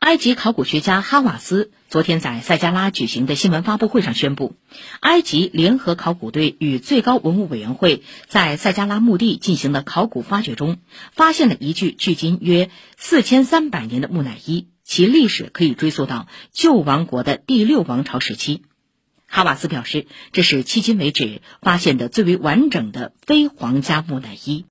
埃及考古学家哈瓦斯昨天在塞加拉举行的新闻发布会上宣布，埃及联合考古队与最高文物委员会在塞加拉墓地进行的考古发掘中，发现了一具距今约4300年的木乃伊，其历史可以追溯到旧王国的第6王朝时期。哈瓦斯表示，这是迄今为止发现的最为完整的非皇家木乃伊。